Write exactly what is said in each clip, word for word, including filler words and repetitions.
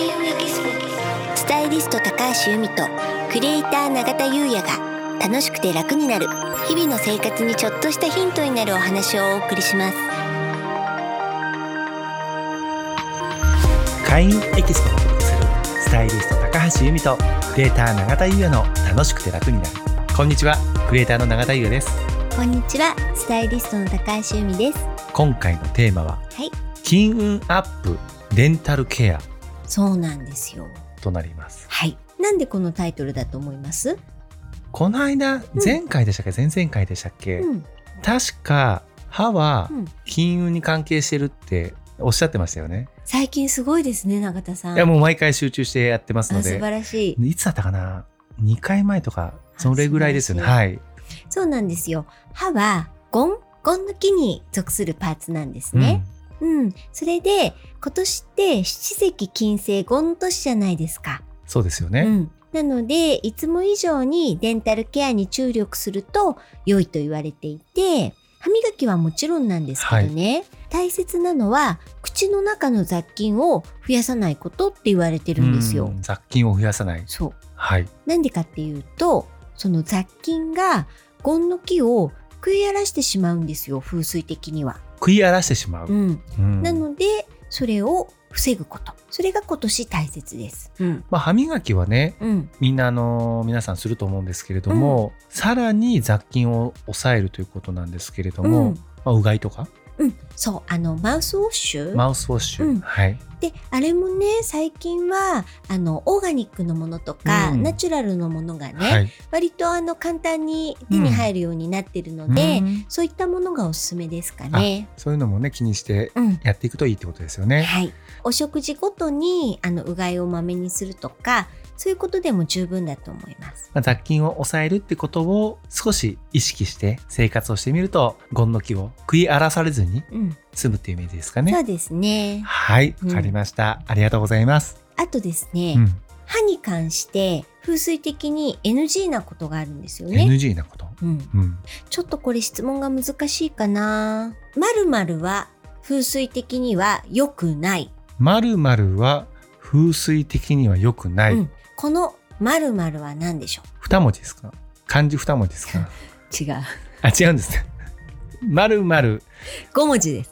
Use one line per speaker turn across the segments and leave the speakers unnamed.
開運エキスポ、スタイリスト高橋由美とクリエイター永田優也が楽しくて楽になる日々の生活にちょっとしたヒントになるお話をお送りします。
開運エキスポをお届けするスタイリスト高橋由美とクリエイター永田優也の楽しくて楽になる。こんにちは、クリエイターの永田優也です。
こんにちは、スタイリストの高橋由美です。
今回のテーマは、はい、金運アップデンタルケア。
そうなんですよ
となります。
はい。なんでこのタイトルだと思います？
この間、前回でしたっけ、うん、前々回でしたっけ、うん、確か歯は金運に関係してるっておっしゃってましたよね。
最近すごいですね、永田さん。
いや、もう毎回集中してやってますので。
素晴らしい。
いつだったかな、にかいまえとかそれぐらいですよね。はい。
そうなんですよ。歯はゴンゴンの木に属するパーツなんですね。うん、うん、それで今年って七石金星ゴン年じゃないですか。
そうですよね。
うん、なのでいつも以上にデンタルケアに注力すると良いと言われていて、歯磨きはもちろんなんですけどね、はい、大切なのは口の中の雑菌を増やさないことって言われてるんですよ。
雑菌を増やさない。
そう、
はい、
なんでかっていうと、その雑菌がゴンの木を食い荒らしてしまうんですよ、風水的には。
食い荒らしてしまう、
うんうん、なのでそれを防ぐこと、それが今年大切です。うん、
まあ、歯磨きはね、うん、みんなあの皆さんすると思うんですけれども、うん、さらに雑菌を抑えるということなんですけれども、うん、まあ、うがいとか、
うん、そう、あのマウスウォッシュ
マウスウォッシュ、うん、はい。
で、あれもね、最近はあのオーガニックのものとか、うん、ナチュラルのものがね、はい、割とあの簡単に手に入るようになってるので、うん、そういったものがおすすめですかね。
そういうのもね、気にしてやっていくといいってことですよね。うん、
はい。お食事ごとにあのうがいをまめにするとか、そういうことでも十分だと思います。
まあ、雑菌を抑えるってことを少し意識して生活をしてみると、ゴンの木を食い荒らされずに済むっていうイメージですかね。
そうですね。
はい、わかりました、うん、ありがとうございます。
あとですね、うん、歯に関して風水的に エヌジー なことがあるんですよね。
エヌジー なこと、
うんうん、ちょっとこれ質問が難しいかな。〇〇は風水的には良くない。
〇〇は風水的には良くない、うん、
この〇〇は何でしょう。
二文字ですか？漢字二文字ですか？
違う。
あ、違うんですね。〇〇
ごもじです。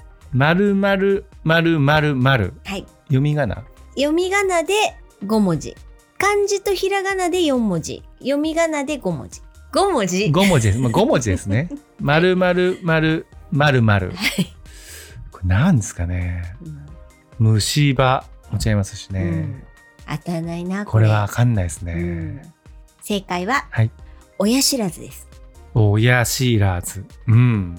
〇〇〇〇〇、はい、読み仮名
読み仮名でごもじ、漢字とひらがなでよんもじ、読み仮名でごもじ、ごもじ
ごもじです、まあ、ごもじですね。〇〇〇〇〇、これ何ですかね、うん、虫歯も違いますしね、うん、
当たらないな
これ。これは分かんないですね、うん、
正解は、はい、親知らずです。
親知らず、うん、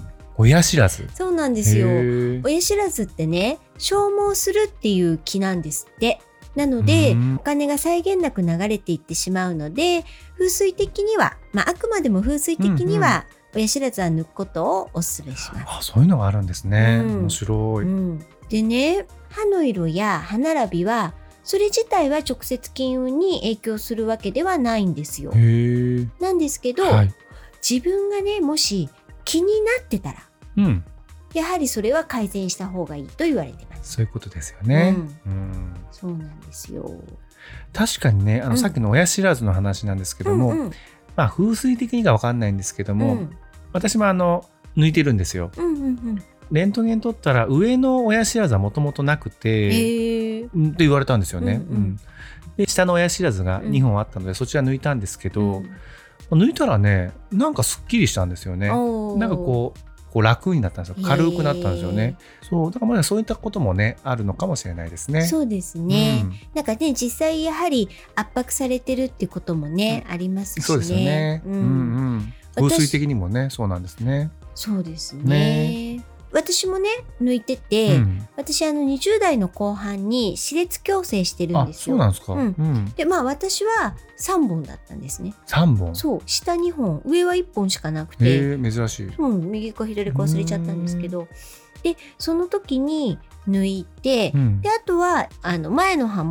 親知らず。
そうなんですよ。親知らずってね、消耗するっていう気なんですって。なのでお金が際限なく流れていってしまうので、風水的には、まあ、あくまでも風水的には親知らずは抜くことをお勧めします。
あ、そういうのがあるんですね、うん、面白い、うん、
でね、歯の色や歯並びはそれ自体は直接金運に影響するわけではないんですよ。へなんですけど、はい、自分がね、もし気になってたら、うん、やはりそれは改善した方がいいと言われてます。
そういうことですよね、
うんうん、そうなんですよ。
確かにね、あの、うん、さっきの親知らずの話なんですけども、うんうん、まあ、風水的には分かんないんですけども、うん、私もあの抜いてるんですよ、うんうんうん、レントゲン取ったら上の親知らずはもともとなくてって言われたんですよね、うんうんうん、で下の親知らずがにほんあったので、うん、そちら抜いたんですけど、うん、抜いたらね、なんかすっきりしたんですよね。なんかこうこう楽になったんですよ。軽くなったんですよね。そうだからまあそういったこともね、あるのかもしれないですね。
そうですね、うん、なんかね、実際やはり圧迫されてるってこともね、うん、ありますしね。
そうですよね、うんうんうん、風水的にもね、そうなんですね。
そうです ね, ね私もね抜いてて、うん、私あのにじゅう代の後半に歯列矯正してるんですよ。
あ、そうなんですか、うん
うん、でまあ私はさんぼんだったんですね。
さんぼん。
そう、下にほん、上はいっぽんしかなくて、
へー、珍しい、
うん、右か左か忘れちゃったんですけど、でその時に抜いて、うん、であとはあの前の歯も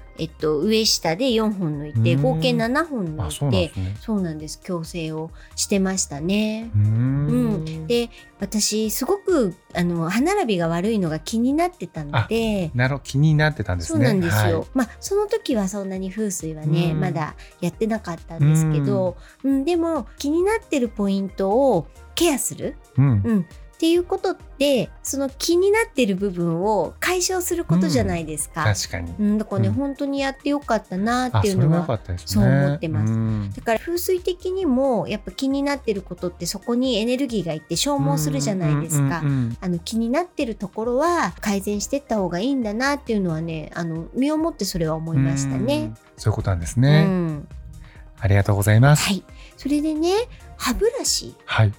えっと、上下でよんほん抜いて合計ななほん抜いて、
そうなんですね。
そうなんです。矯正をしてましたね。
うーん、
うん、で私すごくあの歯並びが悪いのが気になってたので。
なるほど、気になってたんですね。
そうなんですよ、
はい、
まあその時はそんなに風水はねまだやってなかったんですけど、うん、でも気になってるポイントをケアする、
うん
うん、っていうことってその気になってる部分を解消することじゃないですか。
うん、確かに、
うん、だからね、うん、本当にやってよかったなっていうのはそう思ってます。だから風水的にもやっぱ気になってることってそこにエネルギーがいって消耗するじゃないですか。あの気になってるところは改善していった方がいいんだなっていうのはね、あの身をもってそれは思いましたね。
そういうことなんですね、うん、ありがとうございます。
はい、それでね歯ブラシって、はい、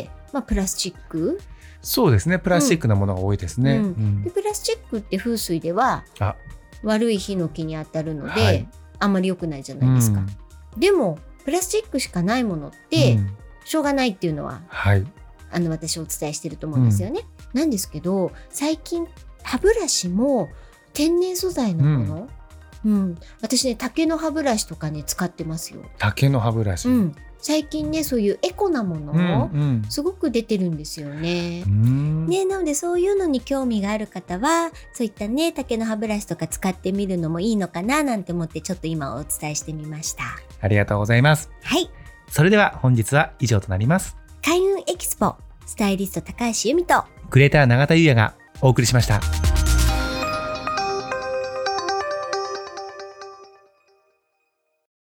まあ、プラスチック、
そうですね、プラスチックなものが多いですね、うんうん、
でプラスチックって風水では悪いヒノキに当たるので、はい、あんまり良くないじゃないですか、うん、でもプラスチックしかないものってしょうがないっていうのは、はい、あの私お伝えしてると思うんですよね、うん、なんですけど最近歯ブラシも天然素材のもの、うんうん、私ね竹の歯ブラシとかね使ってますよ。
竹の歯ブラシ、うん、
最近ねそういうエコなもの、うんうん、すごく出てるんですよね。ね、なのでそういうのに興味がある方はそういったね竹の歯ブラシとか使ってみるのもいいのかななんて思ってちょっと今お伝えしてみました。
ありがとうございます。
はい、
それでは本日は以上となります。
開運エキスポスタイリスト高橋由美と
クリエイター永田優也がお送りしました。